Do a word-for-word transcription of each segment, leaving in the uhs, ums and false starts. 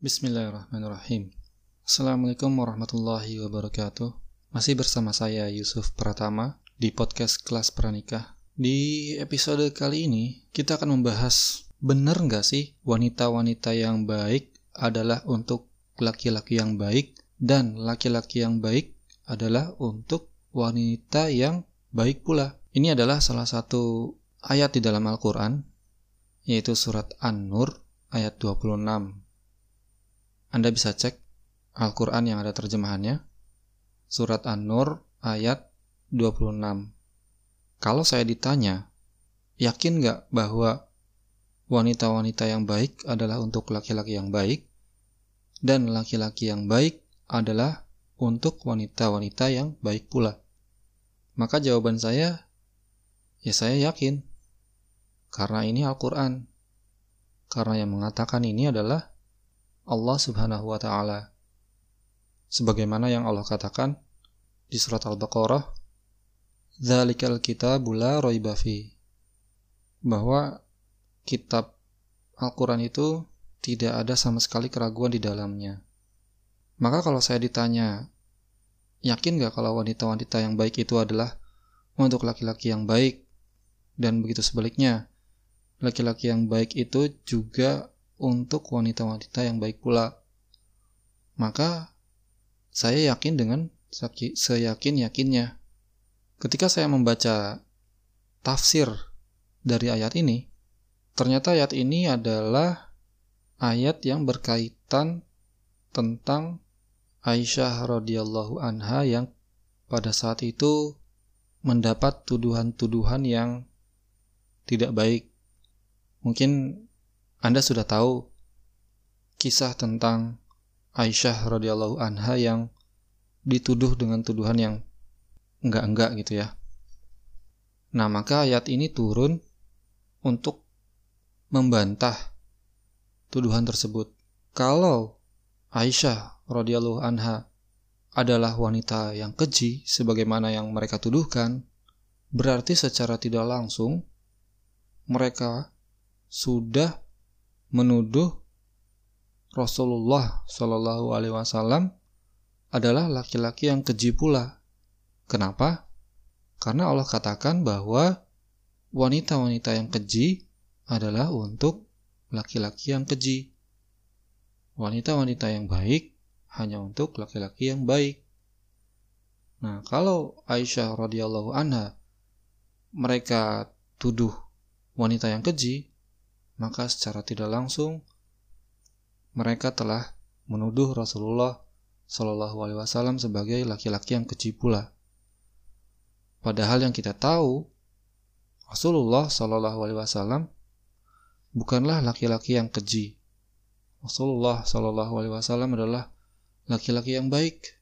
Bismillahirrahmanirrahim. Assalamualaikum warahmatullahi wabarakatuh. Masih bersama saya Yusuf Pratama di podcast Kelas Pranikah. Di episode kali ini kita akan membahas, benar nggak sih wanita-wanita yang baik adalah untuk laki-laki yang baik dan laki-laki yang baik adalah untuk wanita yang baik pula. Ini adalah salah satu ayat di dalam Al-Quran, yaitu surat An-Nur ayat dua puluh enam. Anda bisa cek Al-Quran yang ada terjemahannya, surat An-Nur ayat dua puluh enam. Kalau saya ditanya, yakin nggak bahwa wanita-wanita yang baik adalah untuk laki-laki yang baik, dan laki-laki yang baik adalah untuk wanita-wanita yang baik pula? Maka jawaban saya, ya saya yakin. Karena ini Al-Quran. Karena yang mengatakan ini adalah Allah Subhanahu wa Ta'ala. Sebagaimana yang Allah katakan di surat Al-Baqarah, "Dzalikal kitabu la raiba fi." Bahwa kitab Al-Quran itu tidak ada sama sekali keraguan di dalamnya. Maka kalau saya ditanya, yakin gak kalau wanita-wanita yang baik itu adalah untuk laki-laki yang baik? Dan begitu sebaliknya, laki-laki yang baik itu juga untuk wanita-wanita yang baik pula. Maka saya yakin dengan seyakin-yakinnya. Ketika saya membaca tafsir dari ayat ini, ternyata ayat ini adalah ayat yang berkaitan tentang Aisyah radhiyallahu anha yang pada saat itu mendapat tuduhan-tuduhan yang tidak baik. Mungkin Anda sudah tahu kisah tentang Aisyah radhiyallahu anha yang dituduh dengan tuduhan yang enggak-enggak gitu ya. Nah, maka ayat ini turun untuk membantah tuduhan tersebut. Kalau Aisyah radhiyallahu anha adalah wanita yang keji sebagaimana yang mereka tuduhkan, berarti secara tidak langsung mereka sudah menuduh Rasulullah Shallallahu Alaihi Wasallam adalah laki-laki yang keji pula. Kenapa? Karena Allah katakan bahwa wanita-wanita yang keji adalah untuk laki-laki yang keji. Wanita-wanita yang baik hanya untuk laki-laki yang baik. Nah, kalau Aisyah radhiyallahu anha mereka tuduh wanita yang keji, maka secara tidak langsung mereka telah menuduh Rasulullah Shallallahu Alaihi Wasallam sebagai laki-laki yang keji pula. Padahal yang kita tahu, Rasulullah Shallallahu Alaihi Wasallam bukanlah laki-laki yang keji. Rasulullah Shallallahu Alaihi Wasallam adalah laki-laki yang baik.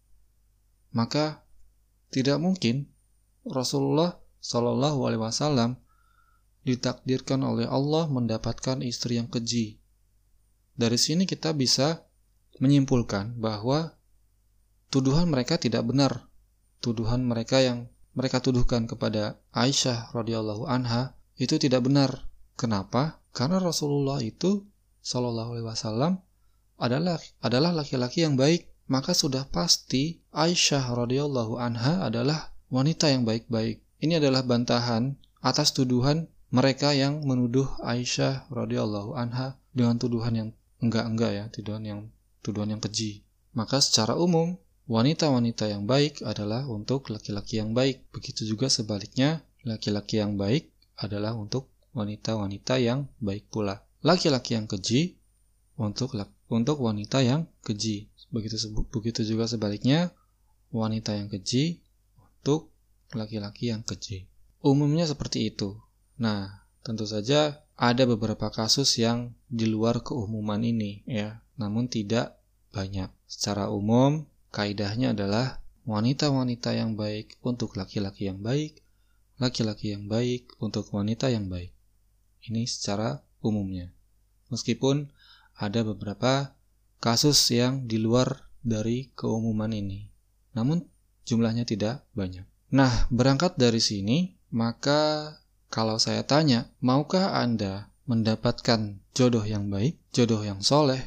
Maka tidak mungkin Rasulullah Shallallahu Alaihi Wasallam ditakdirkan oleh Allah mendapatkan istri yang keji. Dari sini kita bisa menyimpulkan bahwa tuduhan mereka tidak benar. Tuduhan mereka yang mereka tuduhkan kepada Aisyah radhiyallahu anha itu tidak benar. Kenapa? Karena Rasulullah itu Shallallahu Alaihi Wasallam adalah adalah laki-laki yang baik. Maka sudah pasti Aisyah radhiyallahu anha adalah wanita yang baik-baik. Ini adalah bantahan atas tuduhan mereka yang menuduh Aisyah radhiyallahu anha dengan tuduhan yang enggak-enggak ya, tuduhan yang tuduhan yang keji. Maka secara umum, wanita-wanita yang baik adalah untuk laki-laki yang baik. Begitu juga sebaliknya, laki-laki yang baik adalah untuk wanita-wanita yang baik pula. Laki-laki yang keji untuk untuk wanita yang keji. Begitu begitu juga sebaliknya, wanita yang keji untuk laki-laki yang keji. Umumnya seperti itu. Nah, tentu saja ada beberapa kasus yang di luar keumuman ini ya, namun tidak banyak. Secara umum, kaidahnya adalah wanita-wanita yang baik untuk laki-laki yang baik, laki-laki yang baik untuk wanita yang baik. Ini secara umumnya. Meskipun ada beberapa kasus yang di luar dari keumuman ini, namun jumlahnya tidak banyak. Nah, berangkat dari sini, maka kalau saya tanya, maukah Anda mendapatkan jodoh yang baik, jodoh yang soleh,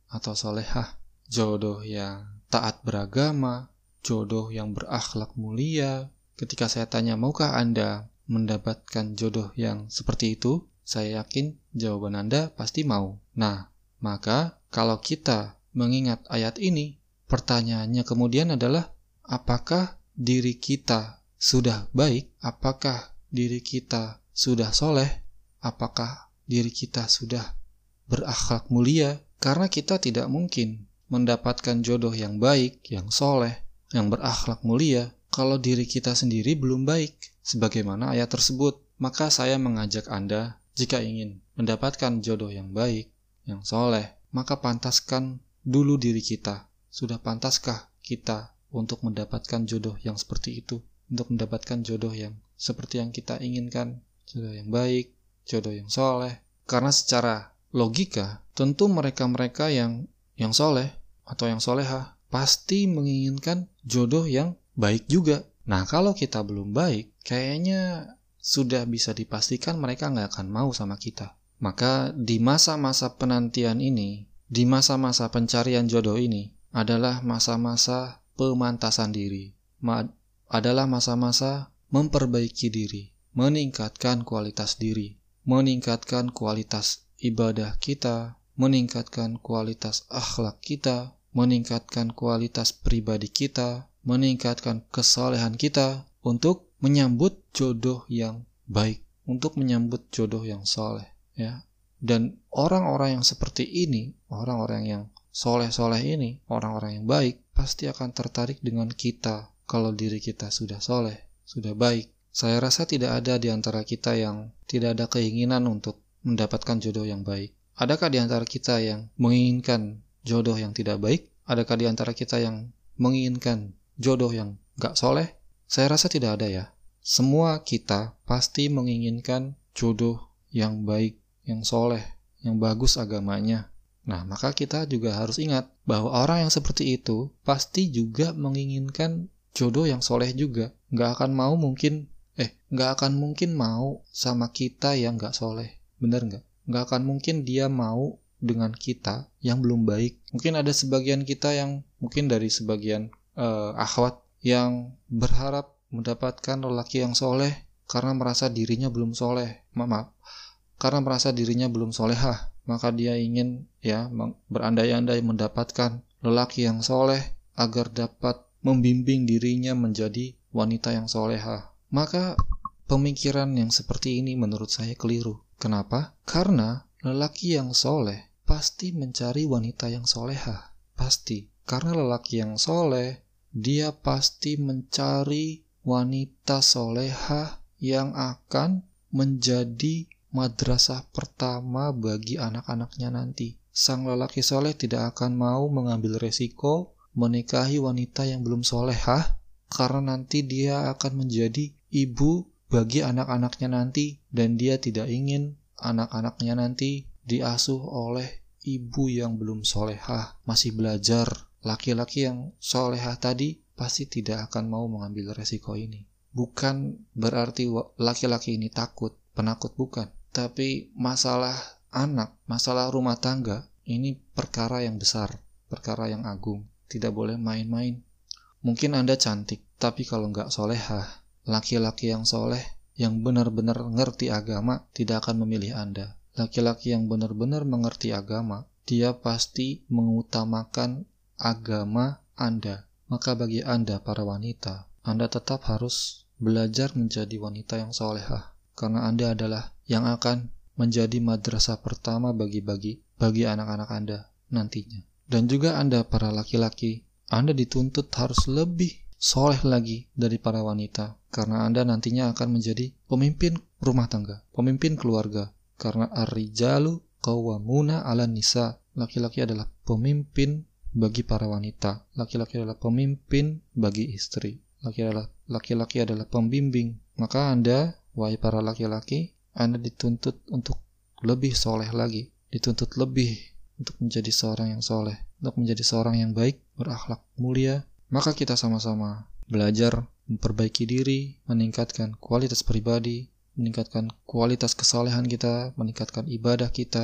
atau solehah, jodoh yang taat beragama, jodoh yang berakhlak mulia. Ketika saya tanya, maukah Anda mendapatkan jodoh yang seperti itu? Saya yakin jawaban Anda pasti mau. Nah, maka kalau kita mengingat ayat ini, pertanyaannya kemudian adalah, apakah diri kita sudah baik? Apakah diri kita sudah soleh? Apakah diri kita sudah berakhlak mulia? Karena kita tidak mungkin mendapatkan jodoh yang baik, yang soleh, yang berakhlak mulia, kalau diri kita sendiri belum baik. Sebagaimana ayat tersebut, maka saya mengajak Anda, jika ingin mendapatkan jodoh yang baik, yang soleh, maka pantaskan dulu diri kita. Sudah pantaskah kita untuk mendapatkan jodoh yang seperti itu? Untuk mendapatkan jodoh yang seperti yang kita inginkan, jodoh yang baik, jodoh yang soleh. Karena secara logika, tentu mereka-mereka yang yang soleh atau yang solehah pasti menginginkan jodoh yang baik juga. Nah, kalau kita belum baik, kayaknya sudah bisa dipastikan mereka nggak akan mau sama kita. Maka di masa-masa penantian ini, di masa-masa pencarian jodoh ini, adalah masa-masa pemantasan diri. Ma- adalah masa-masa memperbaiki diri, meningkatkan kualitas diri, meningkatkan kualitas ibadah kita, meningkatkan kualitas akhlak kita, meningkatkan kualitas pribadi kita, meningkatkan kesolehan kita untuk menyambut jodoh yang baik, untuk menyambut jodoh yang soleh, ya. Dan orang-orang yang seperti ini, orang-orang yang soleh-soleh ini, orang-orang yang baik, pasti akan tertarik dengan kita kalau diri kita sudah soleh, sudah baik. Saya rasa tidak ada di antara kita yang tidak ada keinginan untuk mendapatkan jodoh yang baik. Adakah di antara kita yang menginginkan jodoh yang tidak baik? Adakah di antara kita yang menginginkan jodoh yang gak soleh? Saya rasa tidak ada ya. Semua kita pasti menginginkan jodoh yang baik, yang soleh, yang bagus agamanya. Nah, maka kita juga harus ingat bahwa orang yang seperti itu pasti juga menginginkan jodoh yang soleh juga. Gak akan mau mungkin, eh, gak akan mungkin mau sama kita yang gak soleh. Bener gak? Gak akan mungkin dia mau dengan kita yang belum baik. Mungkin ada sebagian kita yang, mungkin dari sebagian uh, akhwat yang berharap mendapatkan lelaki yang soleh karena merasa dirinya belum soleh. Maaf, karena merasa dirinya belum solehah. Maka dia ingin ya berandai-andai mendapatkan lelaki yang soleh agar dapat membimbing dirinya menjadi wanita yang solehah. Maka pemikiran yang seperti ini menurut saya keliru. Kenapa? Karena lelaki yang soleh pasti mencari wanita yang solehah. Pasti. Karena lelaki yang soleh, dia pasti mencari wanita solehah yang akan menjadi madrasah pertama bagi anak-anaknya nanti. Sang lelaki soleh tidak akan mau mengambil resiko menikahi wanita yang belum solehah, karena nanti dia akan menjadi ibu bagi anak-anaknya nanti, dan dia tidak ingin anak-anaknya nanti diasuh oleh ibu yang belum solehah, masih belajar. Laki-laki yang solehah tadi pasti tidak akan mau mengambil resiko ini. Bukan berarti laki-laki ini takut, penakut, bukan. Tapi masalah anak, masalah rumah tangga, ini perkara yang besar, perkara yang agung. Tidak boleh main-main. Mungkin Anda cantik, tapi kalau nggak solehah, laki-laki yang soleh, yang benar-benar ngerti agama, tidak akan memilih Anda. Laki-laki yang benar-benar mengerti agama, dia pasti mengutamakan agama Anda. Maka bagi Anda, para wanita, Anda tetap harus belajar menjadi wanita yang solehah. Karena Anda adalah yang akan menjadi madrasah pertama bagi-bagi bagi anak-anak Anda nantinya. Dan juga Anda para laki-laki, Anda dituntut harus lebih soleh lagi dari para wanita. Karena Anda nantinya akan menjadi pemimpin rumah tangga, pemimpin keluarga. Karena ar-rijalu qawwamuna 'alan nisa. Laki-laki adalah pemimpin bagi para wanita. Laki-laki adalah pemimpin bagi istri. Laki-laki adalah, laki-laki adalah pembimbing. Maka Anda, wahai para laki-laki, Anda dituntut untuk lebih soleh lagi. Dituntut lebih untuk menjadi seorang yang soleh. Untuk menjadi seorang yang baik, berakhlak mulia. Maka kita sama-sama belajar memperbaiki diri, meningkatkan kualitas pribadi, meningkatkan kualitas kesolehan kita, meningkatkan ibadah kita.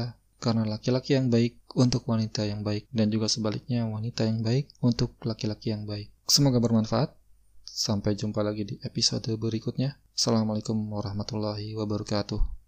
karena laki-laki yang baik untuk wanita yang baik, dan juga sebaliknya wanita yang baik untuk laki-laki yang baik. Semoga bermanfaat. Sampai jumpa lagi di episode berikutnya. Assalamualaikum warahmatullahi wabarakatuh.